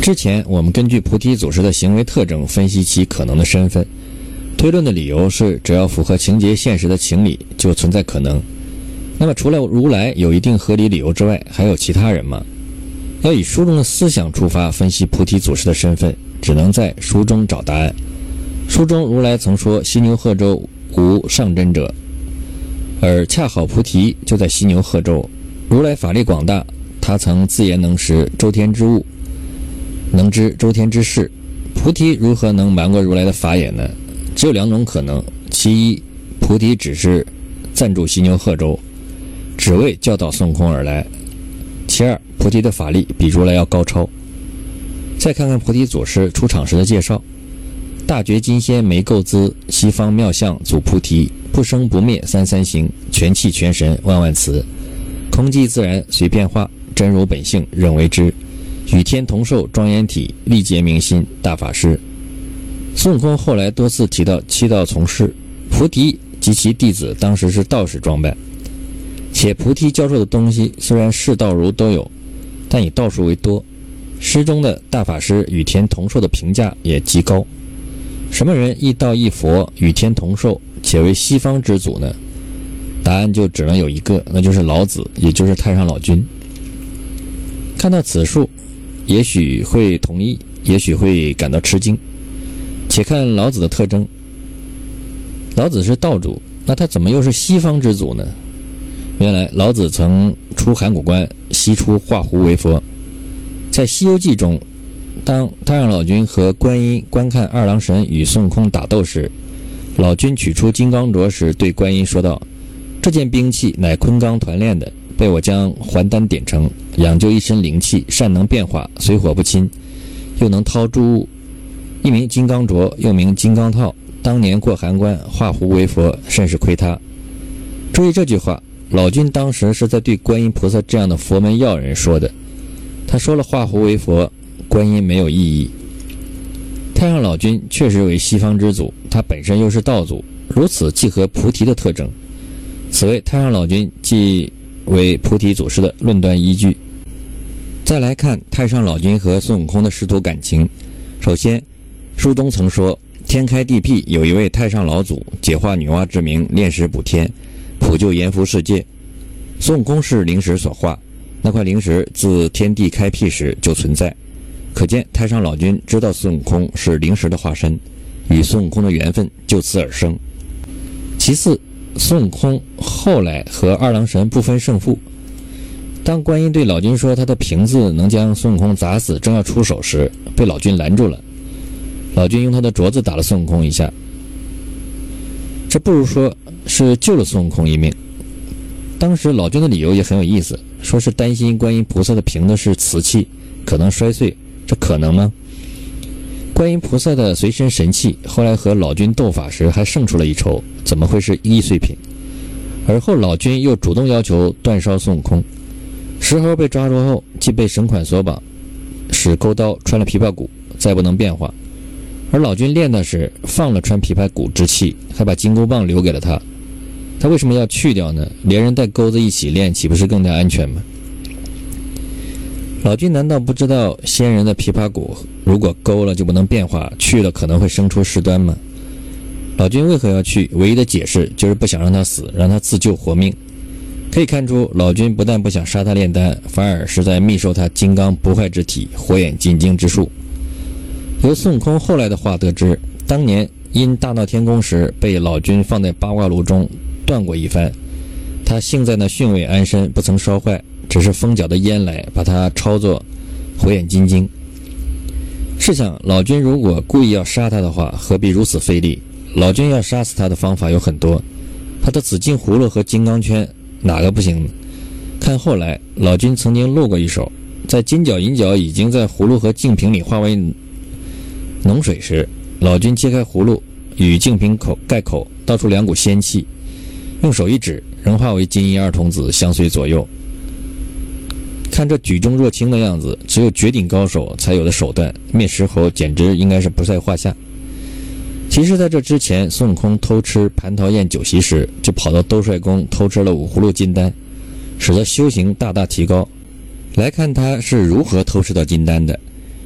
之前我们根据菩提祖师的行为特征分析其可能的身份，推论的理由是只要符合情节现实的情理就存在可能。那么除了如来有一定合理理由之外，还有其他人吗？要以书中的思想出发分析菩提祖师的身份，只能在书中找答案。书中如来曾说犀牛贺州无上真者，而恰好菩提就在犀牛贺州。如来法力广大，他曾自言能识周天之物，能知周天之事，菩提如何能瞒过如来的法眼呢？只有两种可能，其一，菩提只是暂住犀牛贺州，只为教导孙悟空而来；其二，菩提的法力比如来要高超。再看看菩提祖师出场时的介绍：大觉金仙没垢资，西方妙相祖菩提，不生不灭三三行，全气全神万万慈，空寂自然随变化，真如本性任为之，与天同寿庄严体，力竭明心大法师。孙悟空后来多次提到七道从事，菩提及其弟子当时是道士装扮，且菩提教授的东西虽然是道儒都有，但以道术为多。诗中的大法师与天同寿的评价也极高。什么人亦道亦佛，与天同寿，且为西方之祖呢？答案就只能有一个，那就是老子，也就是太上老君。看到此数，也许会同意，也许会感到吃惊。且看老子的特征，老子是道主，那他怎么又是西方之祖呢？原来老子曾出函谷关，西出化胡为佛。在《西游记》中，当太上老君和观音观看二郎神与孙悟空打斗时，老君取出金刚镯时对观音说道：这件兵器乃昆冈团练的，被我将还丹点成，养就一身灵气，善能变化，水火不侵，又能掏诸物，一名金刚镯，又名金刚套，当年过函关化胡为佛，甚是亏他。注意这句话，老君当时是在对观音菩萨这样的佛门要人说的。他说了化胡为佛，观音没有异议。太上老君确实为西方之祖，他本身又是道祖，如此既合菩提的特征，此为太上老君即为菩提祖师的论断依据。再来看太上老君和孙悟空的师徒感情。首先，书中曾说天开地辟，有一位太上老祖，解化女娲之名，炼石补天，普救阎浮世界。孙悟空是灵石所化，那块灵石自天地开辟时就存在，可见太上老君知道孙悟空是灵石的化身，与孙悟空的缘分就此而生。其次，孙悟空后来和二郎神不分胜负，当观音对老君说他的瓶子能将孙悟空砸死，正要出手时，被老君拦住了。老君用他的镯子打了孙悟空一下，这不如说是救了孙悟空一命。当时老君的理由也很有意思，说是担心观音菩萨的瓶子是瓷器，可能摔碎，这可能吗？观音菩萨的随身神器后来和老君斗法时还胜出了一筹，怎么会是易碎品？而后老君又主动要求断烧孙悟空。石猴被抓住后，既被绳捆锁绑，使钩刀穿了琵琶骨，再不能变化。而老君练的时放了穿琵琶骨之气，还把金箍棒留给了他。他为什么要去掉呢？连人带钩子一起练，岂不是更加安全吗？老君难道不知道仙人的琵琶骨如果勾了就不能变化，去了可能会生出事端吗？老君为何要去？唯一的解释就是不想让他死，让他自救活命。可以看出，老君不但不想杀他炼丹，反而是在密授他金刚不坏之体，火眼金睛之术。由孙悟空后来的话得知，当年因大闹天宫时被老君放在八卦炉中断过一番，他幸在那巽位安身，不曾烧坏，只是风搅的烟来把他抄作火眼金睛。试想，老君如果故意要杀他的话，何必如此费力？老君要杀死他的方法有很多，他的紫金葫芦和金刚圈哪个不行呢？看后来老君曾经露过一手，在金角银角已经在葫芦和净瓶里化为脓水时，老君揭开葫芦，与净瓶盖口，倒出两股仙气，用手一指，仍化为金银二童子相随左右。看这举重若轻的样子，只有绝顶高手才有的手段，灭石猴简直应该是不在话下。其实在这之前，孙悟空偷吃蟠桃宴酒席时，就跑到兜率宫偷吃了5葫芦金丹，使得修行大大提高。来看他是如何偷吃到金丹的。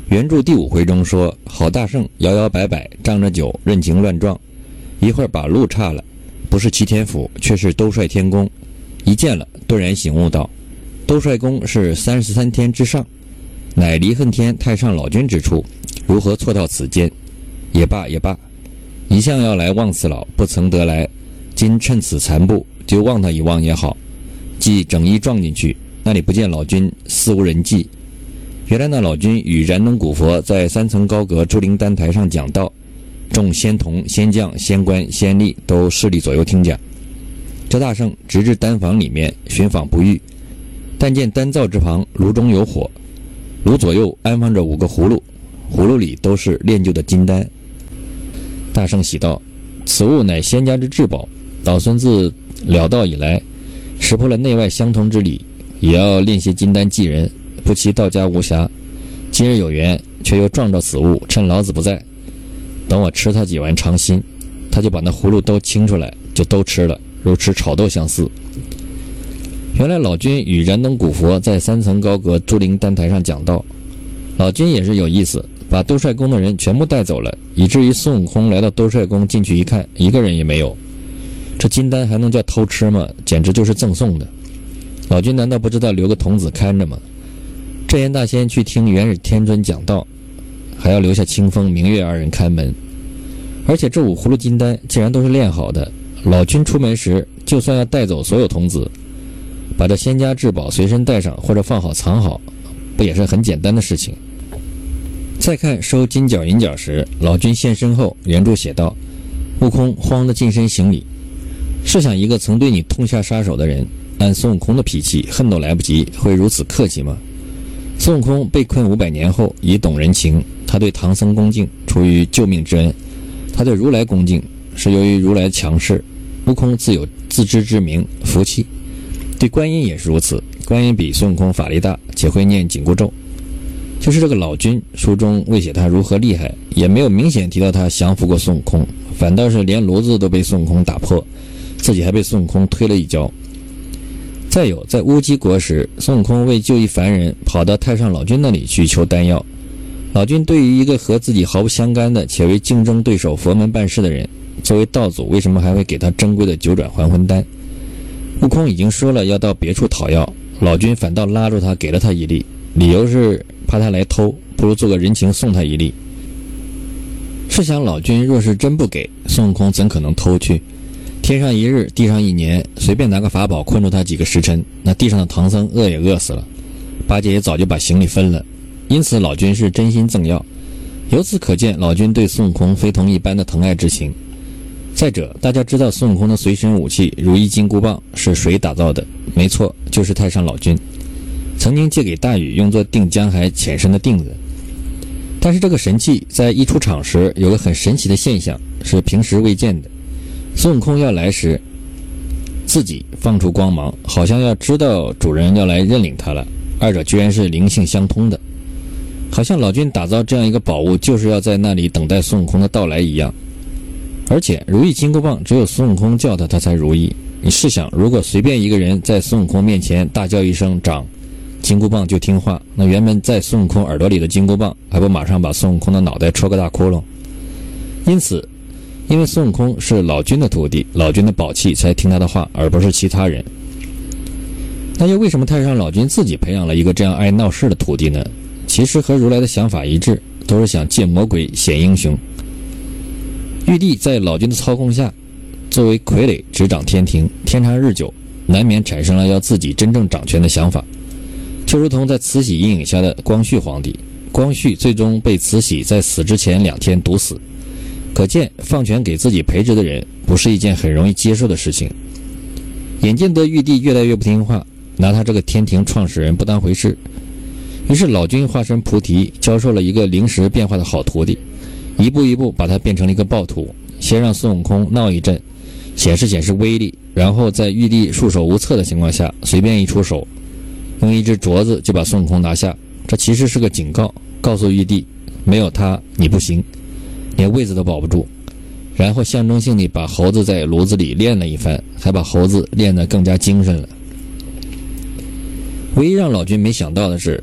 原著第5回中说，郝大圣摇摇摆摆，仗着酒，任情乱撞，一会儿把路岔了，不是齐天府，却是兜率天宫。一见了，顿然醒悟道：兜率宫是33天之上，乃离恨天太上老君之处，如何错到此间？也罢也罢，一向要来望此老，不曾得来，今趁此残步，就望他一望也好。即整衣撞进去，那里不见老君，似无人迹。原来那老君与燃灯古佛在3层高阁朱灵丹台上讲道，众仙童、仙将、仙官、仙吏都势力左右听讲。这大圣直至丹房里面寻访不遇，但见丹灶之旁炉中有火，炉左右安放着5个葫芦，葫芦里都是炼就的金丹。大圣喜道：此物乃仙家之至宝，老孙自了道以来，识破了内外相同之理，也要炼些金丹济人，不期道家无暇，今日有缘，却又撞着此物，趁老子不在，等我吃他几丸尝心。他就把那葫芦都清出来，就都吃了，如吃炒豆相似。原来老君与燃灯古佛在3层高阁朱灵丹台上讲道，老君也是有意思，把兜率宫的人全部带走了，以至于孙悟空来到兜率宫进去一看，一个人也没有。这金丹还能叫偷吃吗？简直就是赠送的。老君难道不知道留个童子看着吗？镇元大仙去听元始天尊讲道，还要留下清风、明月2人看门。而且这5葫芦金丹竟然都是炼好的，老君出门时就算要带走所有童子，把这仙家至宝随身带上或者放好藏好，不也是很简单的事情？再看收金角银角时，老君现身后，原著写道：悟空慌得近身行礼。试想一个曾对你痛下杀手的人，按孙悟空的脾气，恨都来不及，会如此客气吗？孙悟空被困500年后，已懂人情，他对唐僧恭敬，出于救命之恩；他对如来恭敬，是由于如来强势。悟空自有自知之明，服气。对观音也是如此，观音比孙悟空法力大，且会念紧箍咒。就是这个老君，书中未写他如何厉害，也没有明显提到他降服过孙悟空，反倒是连炉子都被孙悟空打破，自己还被孙悟空推了一跤。再有，在乌鸡国时，孙悟空为救一凡人，跑到太上老君那里去求丹药。老君对于一个和自己毫不相干的且为竞争对手佛门办事的人，作为道祖，为什么还会给他珍贵的9转还魂丹？悟空已经说了要到别处讨药，老君反倒拉住他，给了他一粒，理由是怕他来偷，不如做个人情送他一粒。试想老君若是真不给，孙悟空怎可能偷去？天上一日，地上一年，随便拿个法宝困住他几个时辰，那地上的唐僧饿也饿死了，八戒也早就把行李分了。因此老君是真心赠药，由此可见老君对孙悟空非同一般的疼爱之情。再者，大家知道孙悟空的随身武器如意金箍棒是谁打造的？没错，就是太上老君，曾经借给大禹用作定江海浅深的定子。但是这个神器在一出场时有个很神奇的现象，是平时未见的。孙悟空要来时，自己放出光芒，好像要知道主人要来认领他了，二者居然是灵性相通的，好像老君打造这样一个宝物，就是要在那里等待孙悟空的到来一样。而且如意金箍棒只有孙悟空叫他才如意，你试想，如果随便一个人在孙悟空面前大叫一声长，金箍棒就听话，那原本在孙悟空耳朵里的金箍棒还不马上把孙悟空的脑袋戳个大窟窿？因此因为孙悟空是老君的徒弟，老君的宝器，才听他的话，而不是其他人。那又为什么太上老君自己培养了一个这样爱闹事的徒弟呢？其实和如来的想法一致，都是想借魔鬼显英雄。玉帝在老君的操控下，作为傀儡执掌天庭，天长日久，难免产生了要自己真正掌权的想法。就如同在慈禧阴影下的光绪皇帝，光绪最终被慈禧在死之前2天毒死。可见放权给自己培植的人不是一件很容易接受的事情。眼见得玉帝越来越不听话，拿他这个天庭创始人不当回事，于是老君化身菩提，教授了一个临时变化的好徒弟，一步一步把他变成了一个暴徒。先让孙悟空闹一阵，显示威力，然后在玉帝束手无策的情况下，随便一出手，用一只镯子就把孙悟空拿下。这其实是个警告，告诉玉帝，没有他你不行，连位子都保不住。然后象征性地把猴子在炉子里炼了一番，还把猴子炼得更加精神了。唯一让老君没想到的是，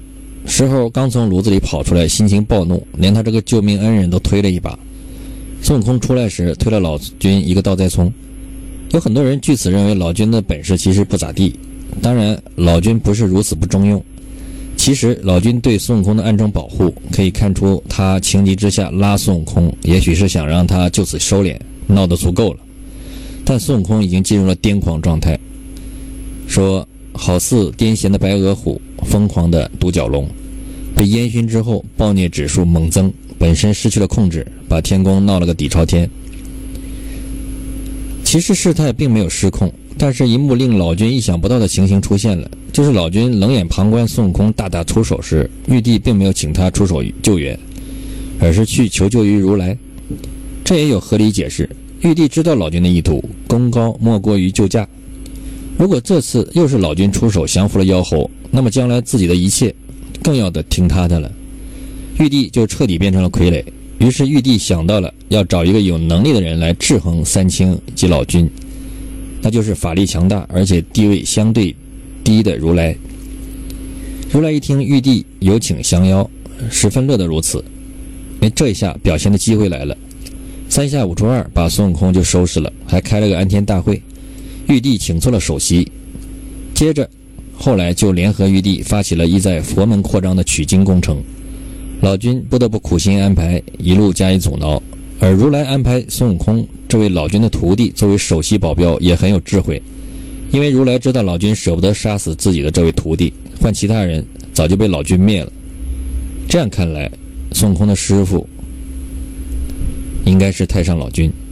石猴刚从炉子里跑出来，心情暴怒，连他这个救命恩人都推了一把。孙悟空出来时推了老君一个倒栽葱。有很多人据此认为老君的本事其实不咋地，当然老君不是如此不中用。其实老君对孙悟空的暗中保护，可以看出他情急之下拉孙悟空，也许是想让他就此收敛，闹得足够了。但孙悟空已经进入了癫狂状态，说好似癫痫的白额虎，疯狂的独角龙，被烟熏之后暴虐指数猛增，本身失去了控制，把天宫闹了个底朝天。其实事态并没有失控，但是一幕令老君意想不到的情形出现了，就是老君冷眼旁观孙悟空大打出手时，玉帝并没有请他出手救援，而是去求救于如来。这也有合理解释，玉帝知道老君的意图，功高莫过于救驾。如果这次又是老君出手降服了妖猴，那么将来自己的一切更要得听他的了。玉帝就彻底变成了傀儡。于是玉帝想到了要找一个有能力的人来制衡三清及老君，那就是法力强大而且地位相对低的如来。如来一听玉帝有请降妖，十分乐得如此。这一下表现的机会来了，三下五除二把孙悟空就收拾了，还开了个安天大会。玉帝请出了首席，接着后来就联合玉帝发起了意在佛门扩张的取经工程。老君不得不苦心安排，一路加以阻挠，而如来安排孙悟空这位老君的徒弟作为首席保镖也很有智慧，因为如来知道老君舍不得杀死自己的这位徒弟，换其他人早就被老君灭了。这样看来，孙悟空的师傅应该是太上老君。